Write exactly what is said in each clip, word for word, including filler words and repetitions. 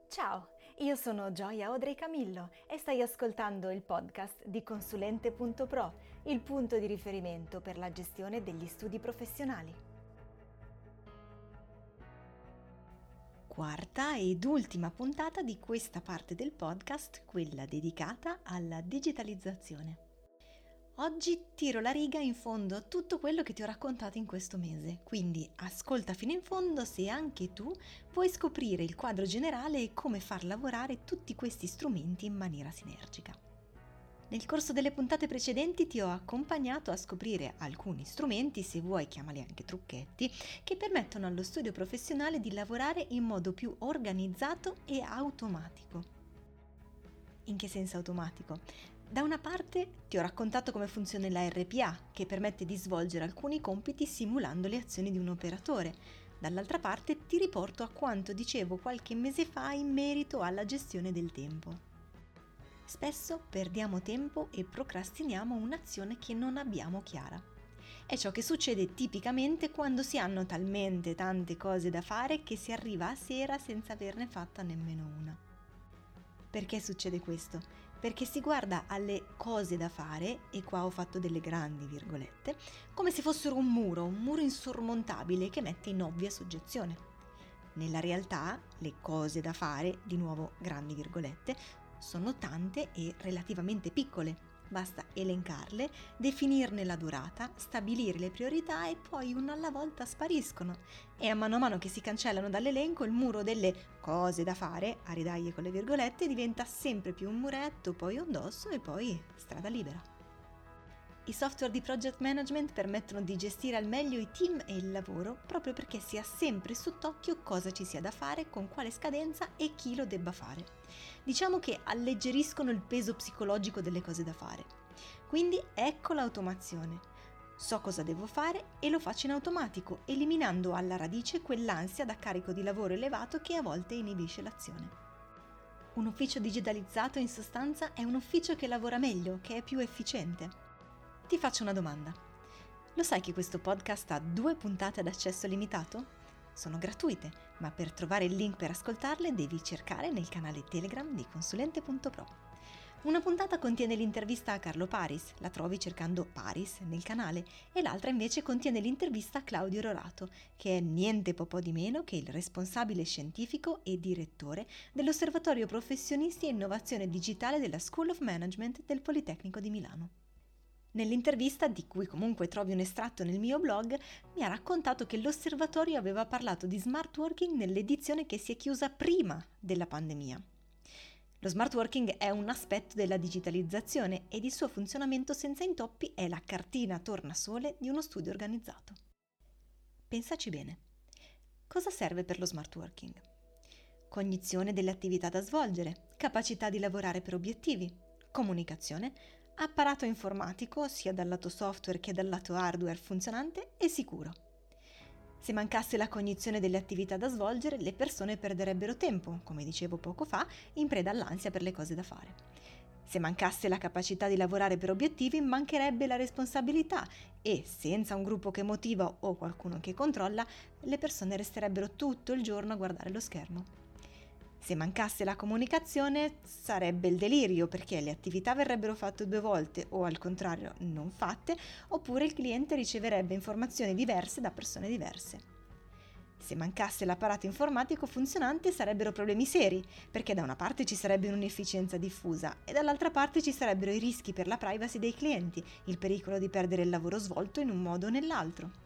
Ciao, io sono Gioia Audrey Camillo e stai ascoltando il podcast di Consulente punto pro, il punto di riferimento per la gestione degli studi professionali. Quarta ed ultima puntata di questa parte del podcast, quella dedicata alla digitalizzazione. Oggi tiro la riga in fondo a tutto quello che ti ho raccontato in questo mese, quindi ascolta fino in fondo se anche tu vuoi scoprire il quadro generale e come far lavorare tutti questi strumenti in maniera sinergica. Nel corso delle puntate precedenti ti ho accompagnato a scoprire alcuni strumenti, se vuoi chiamali anche trucchetti, che permettono allo studio professionale di lavorare in modo più organizzato e automatico. In che senso automatico? Da una parte ti ho raccontato come funziona la R P A, che permette di svolgere alcuni compiti simulando le azioni di un operatore. Dall'altra parte ti riporto a quanto dicevo qualche mese fa in merito alla gestione del tempo. Spesso perdiamo tempo e procrastiniamo un'azione che non abbiamo chiara. È ciò che succede tipicamente quando si hanno talmente tante cose da fare che si arriva a sera senza averne fatta nemmeno una. Perché succede questo? Perché si guarda alle cose da fare, e qua ho fatto delle grandi virgolette, come se fossero un muro, un muro insormontabile che mette in ovvia soggezione. Nella realtà, le cose da fare, di nuovo grandi virgolette, sono tante e relativamente piccole. Basta elencarle, definirne la durata, stabilire le priorità e poi una alla volta spariscono. E a mano a mano che si cancellano dall'elenco, il muro delle cose da fare, a ridaglie con le virgolette, diventa sempre più un muretto, poi un dosso e poi strada libera. I software di project management permettono di gestire al meglio i team e il lavoro proprio perché si ha sempre sott'occhio cosa ci sia da fare, con quale scadenza e chi lo debba fare. Diciamo che alleggeriscono il peso psicologico delle cose da fare. Quindi ecco l'automazione. So cosa devo fare e lo faccio in automatico, eliminando alla radice quell'ansia da carico di lavoro elevato che a volte inibisce l'azione. Un ufficio digitalizzato in sostanza è un ufficio che lavora meglio, che è più efficiente. Ti faccio una domanda. Lo sai che questo podcast ha due puntate ad accesso limitato? Sono gratuite, ma per trovare il link per ascoltarle devi cercare nel canale Telegram di Consulente punto pro. Una puntata contiene l'intervista a Carlo Paris, la trovi cercando Paris nel canale, e l'altra invece contiene l'intervista a Claudio Rorato, che è niente po' po' di meno che il responsabile scientifico e direttore dell'Osservatorio Professionisti e Innovazione Digitale della School of Management del Politecnico di Milano. Nell'intervista, di cui comunque trovi un estratto nel mio blog, mi ha raccontato che l'osservatorio aveva parlato di smart working nell'edizione che si è chiusa prima della pandemia. Lo smart working è un aspetto della digitalizzazione ed il suo funzionamento senza intoppi è la cartina tornasole di uno studio organizzato. Pensaci bene. Cosa serve per lo smart working? Cognizione delle attività da svolgere, capacità di lavorare per obiettivi, comunicazione, apparato informatico sia dal lato software che dal lato hardware funzionante e sicuro. Se mancasse la cognizione delle attività da svolgere, le persone perderebbero tempo, come dicevo poco fa, in preda all'ansia per le cose da fare. Se mancasse la capacità di lavorare per obiettivi, mancherebbe la responsabilità e, senza un gruppo che motiva o qualcuno che controlla, le persone resterebbero tutto il giorno a guardare lo schermo. Se mancasse la comunicazione sarebbe il delirio perché le attività verrebbero fatte due volte o al contrario non fatte, oppure il cliente riceverebbe informazioni diverse da persone diverse. Se mancasse l'apparato informatico funzionante sarebbero problemi seri, perché da una parte ci sarebbe un'inefficienza diffusa e dall'altra parte ci sarebbero i rischi per la privacy dei clienti, il pericolo di perdere il lavoro svolto in un modo o nell'altro.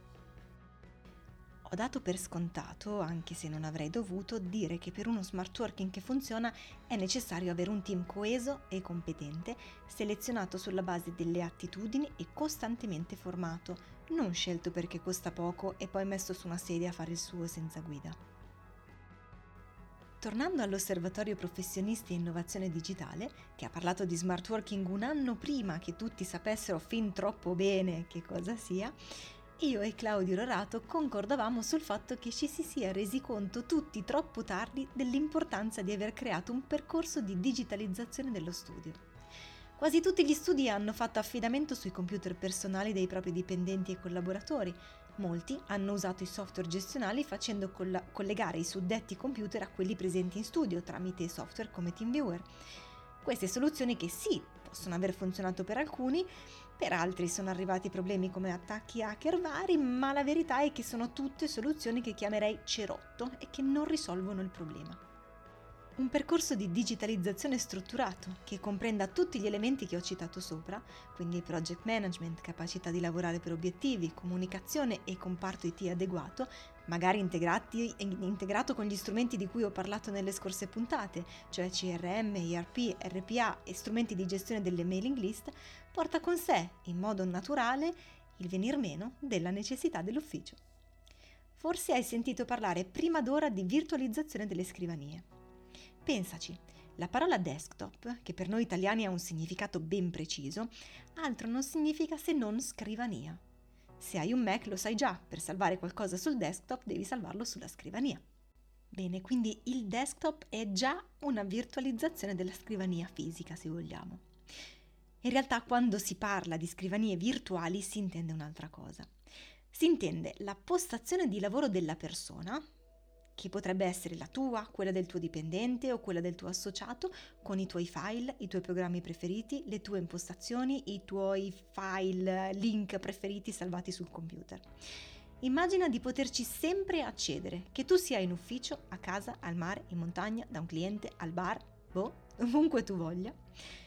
Ho dato per scontato, anche se non avrei dovuto, dire che per uno smart working che funziona è necessario avere un team coeso e competente, selezionato sulla base delle attitudini e costantemente formato, non scelto perché costa poco e poi messo su una sedia a fare il suo senza guida. Tornando all'Osservatorio Professionisti e Innovazione Digitale, che ha parlato di smart working un anno prima che tutti sapessero fin troppo bene che cosa sia, io e Claudio Rorato concordavamo sul fatto che ci si sia resi conto tutti troppo tardi dell'importanza di aver creato un percorso di digitalizzazione dello studio. Quasi tutti gli studi hanno fatto affidamento sui computer personali dei propri dipendenti e collaboratori, Molti hanno usato i software gestionali facendo coll- collegare i suddetti computer a quelli presenti in studio tramite software come TeamViewer. Queste soluzioni che sì, possono aver funzionato per alcuni, per altri sono arrivati problemi come attacchi hacker vari, ma la verità è che sono tutte soluzioni che chiamerei cerotto e che non risolvono il problema. Un percorso di digitalizzazione strutturato che comprenda tutti gli elementi che ho citato sopra, quindi project management, capacità di lavorare per obiettivi, comunicazione e comparto I T adeguato, magari integrati, integrato con gli strumenti di cui ho parlato nelle scorse puntate, cioè C R M, E R P, R P A e strumenti di gestione delle mailing list, porta con sé, in modo naturale, il venir meno della necessità dell'ufficio. Forse hai sentito parlare prima d'ora di virtualizzazione delle scrivanie. Pensaci, la parola desktop, che per noi italiani ha un significato ben preciso, altro non significa se non scrivania. Se hai un Mac lo sai già, per salvare qualcosa sul desktop devi salvarlo sulla scrivania. Bene, quindi il desktop è già una virtualizzazione della scrivania fisica, se vogliamo. In realtà, quando si parla di scrivanie virtuali si intende un'altra cosa. Si intende la postazione di lavoro della persona, che potrebbe essere la tua, quella del tuo dipendente o quella del tuo associato, con i tuoi file, i tuoi programmi preferiti, le tue impostazioni, i tuoi file, link preferiti salvati sul computer. Immagina di poterci sempre accedere, che tu sia in ufficio, a casa, al mare, in montagna, da un cliente, al bar, boh, ovunque tu voglia,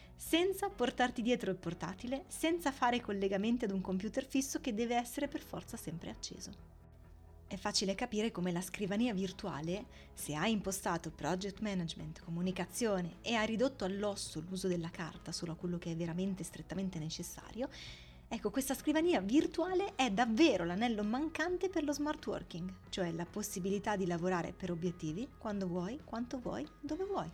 senza portarti dietro il portatile, senza fare collegamenti ad un computer fisso che deve essere per forza sempre acceso. È facile capire come la scrivania virtuale, se hai impostato project management, comunicazione e hai ridotto all'osso l'uso della carta solo a quello che è veramente strettamente necessario, ecco, questa scrivania virtuale è davvero l'anello mancante per lo smart working, cioè la possibilità di lavorare per obiettivi quando vuoi, quanto vuoi, dove vuoi.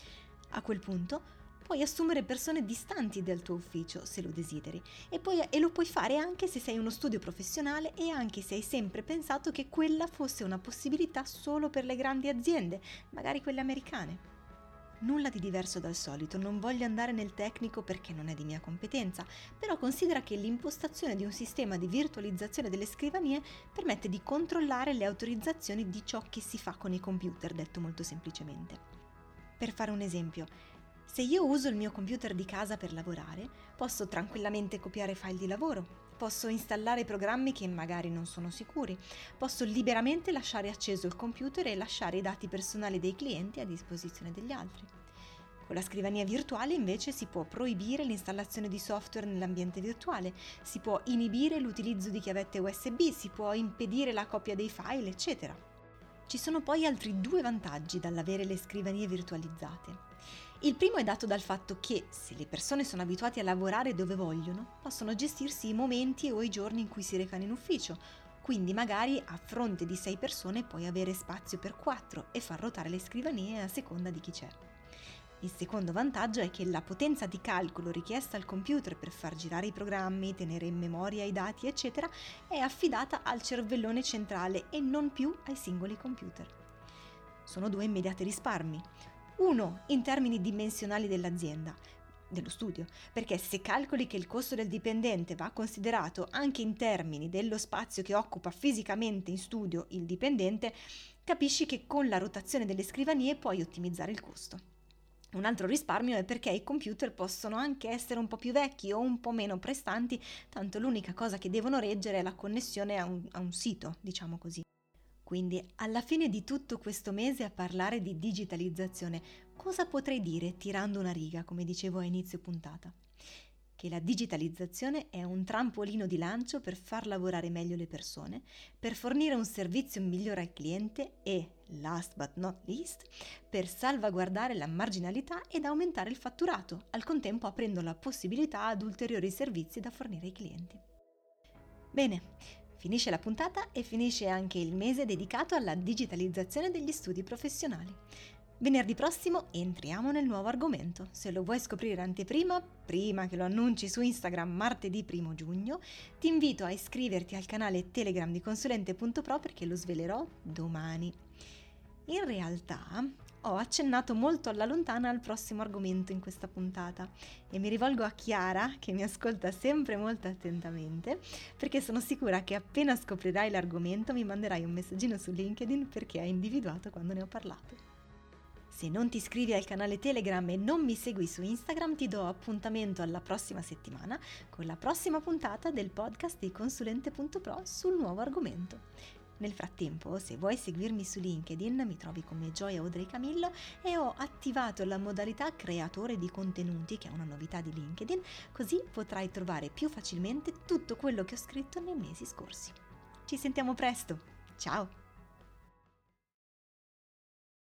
A quel punto puoi assumere persone distanti dal tuo ufficio se lo desideri e, poi, e lo puoi fare anche se sei uno studio professionale e anche se hai sempre pensato che quella fosse una possibilità solo per le grandi aziende, magari quelle americane. Nulla di diverso dal solito, non voglio andare nel tecnico perché non è di mia competenza, però considera che l'impostazione di un sistema di virtualizzazione delle scrivanie permette di controllare le autorizzazioni di ciò che si fa con i computer, detto molto semplicemente. Per fare un esempio, se io uso il mio computer di casa per lavorare, posso tranquillamente copiare file di lavoro, posso installare programmi che magari non sono sicuri, posso liberamente lasciare acceso il computer e lasciare i dati personali dei clienti a disposizione degli altri. Con la scrivania virtuale invece si può proibire l'installazione di software nell'ambiente virtuale, si può inibire l'utilizzo di chiavette U S B, si può impedire la copia dei file, eccetera. Ci sono poi altri due vantaggi dall'avere le scrivanie virtualizzate. Il primo è dato dal fatto che, se le persone sono abituate a lavorare dove vogliono, possono gestirsi i momenti o i giorni in cui si recano in ufficio, quindi magari a fronte di sei persone puoi avere spazio per quattro e far ruotare le scrivanie a seconda di chi c'è. Il secondo vantaggio è che la potenza di calcolo richiesta al computer per far girare i programmi, tenere in memoria i dati, eccetera, è affidata al cervellone centrale e non più ai singoli computer. Sono due immediati risparmi. Uno, in termini dimensionali dell'azienda, dello studio, perché se calcoli che il costo del dipendente va considerato anche in termini dello spazio che occupa fisicamente in studio il dipendente, capisci che con la rotazione delle scrivanie puoi ottimizzare il costo. Un altro risparmio è perché i computer possono anche essere un po' più vecchi o un po' meno prestanti, tanto l'unica cosa che devono reggere è la connessione a un, a un sito, diciamo così. Quindi, alla fine di tutto questo mese a parlare di digitalizzazione, cosa potrei dire tirando una riga, come dicevo a inizio puntata? Che la digitalizzazione è un trampolino di lancio per far lavorare meglio le persone, per fornire un servizio migliore al cliente e, last but not least, per salvaguardare la marginalità ed aumentare il fatturato, al contempo aprendo la possibilità ad ulteriori servizi da fornire ai clienti. Bene. Finisce la puntata e finisce anche il mese dedicato alla digitalizzazione degli studi professionali. Venerdì prossimo entriamo nel nuovo argomento. Se lo vuoi scoprire anteprima, prima che lo annunci su Instagram martedì primo giugno, ti invito a iscriverti al canale Telegram di consulente punto pro perché lo svelerò domani. In realtà, ho accennato molto alla lontana al prossimo argomento in questa puntata e mi rivolgo a Chiara, che mi ascolta sempre molto attentamente, perché sono sicura che appena scoprirai l'argomento mi manderai un messaggino su LinkedIn perché hai individuato quando ne ho parlato. Se non ti iscrivi al canale Telegram e non mi segui su Instagram, ti do appuntamento alla prossima settimana con la prossima puntata del podcast di consulente punto pro sul nuovo argomento. Nel frattempo, se vuoi seguirmi su LinkedIn, mi trovi come Gioia Audrey Camillo e ho attivato la modalità creatore di contenuti, che è una novità di LinkedIn, così potrai trovare più facilmente tutto quello che ho scritto nei mesi scorsi. Ci sentiamo presto, ciao!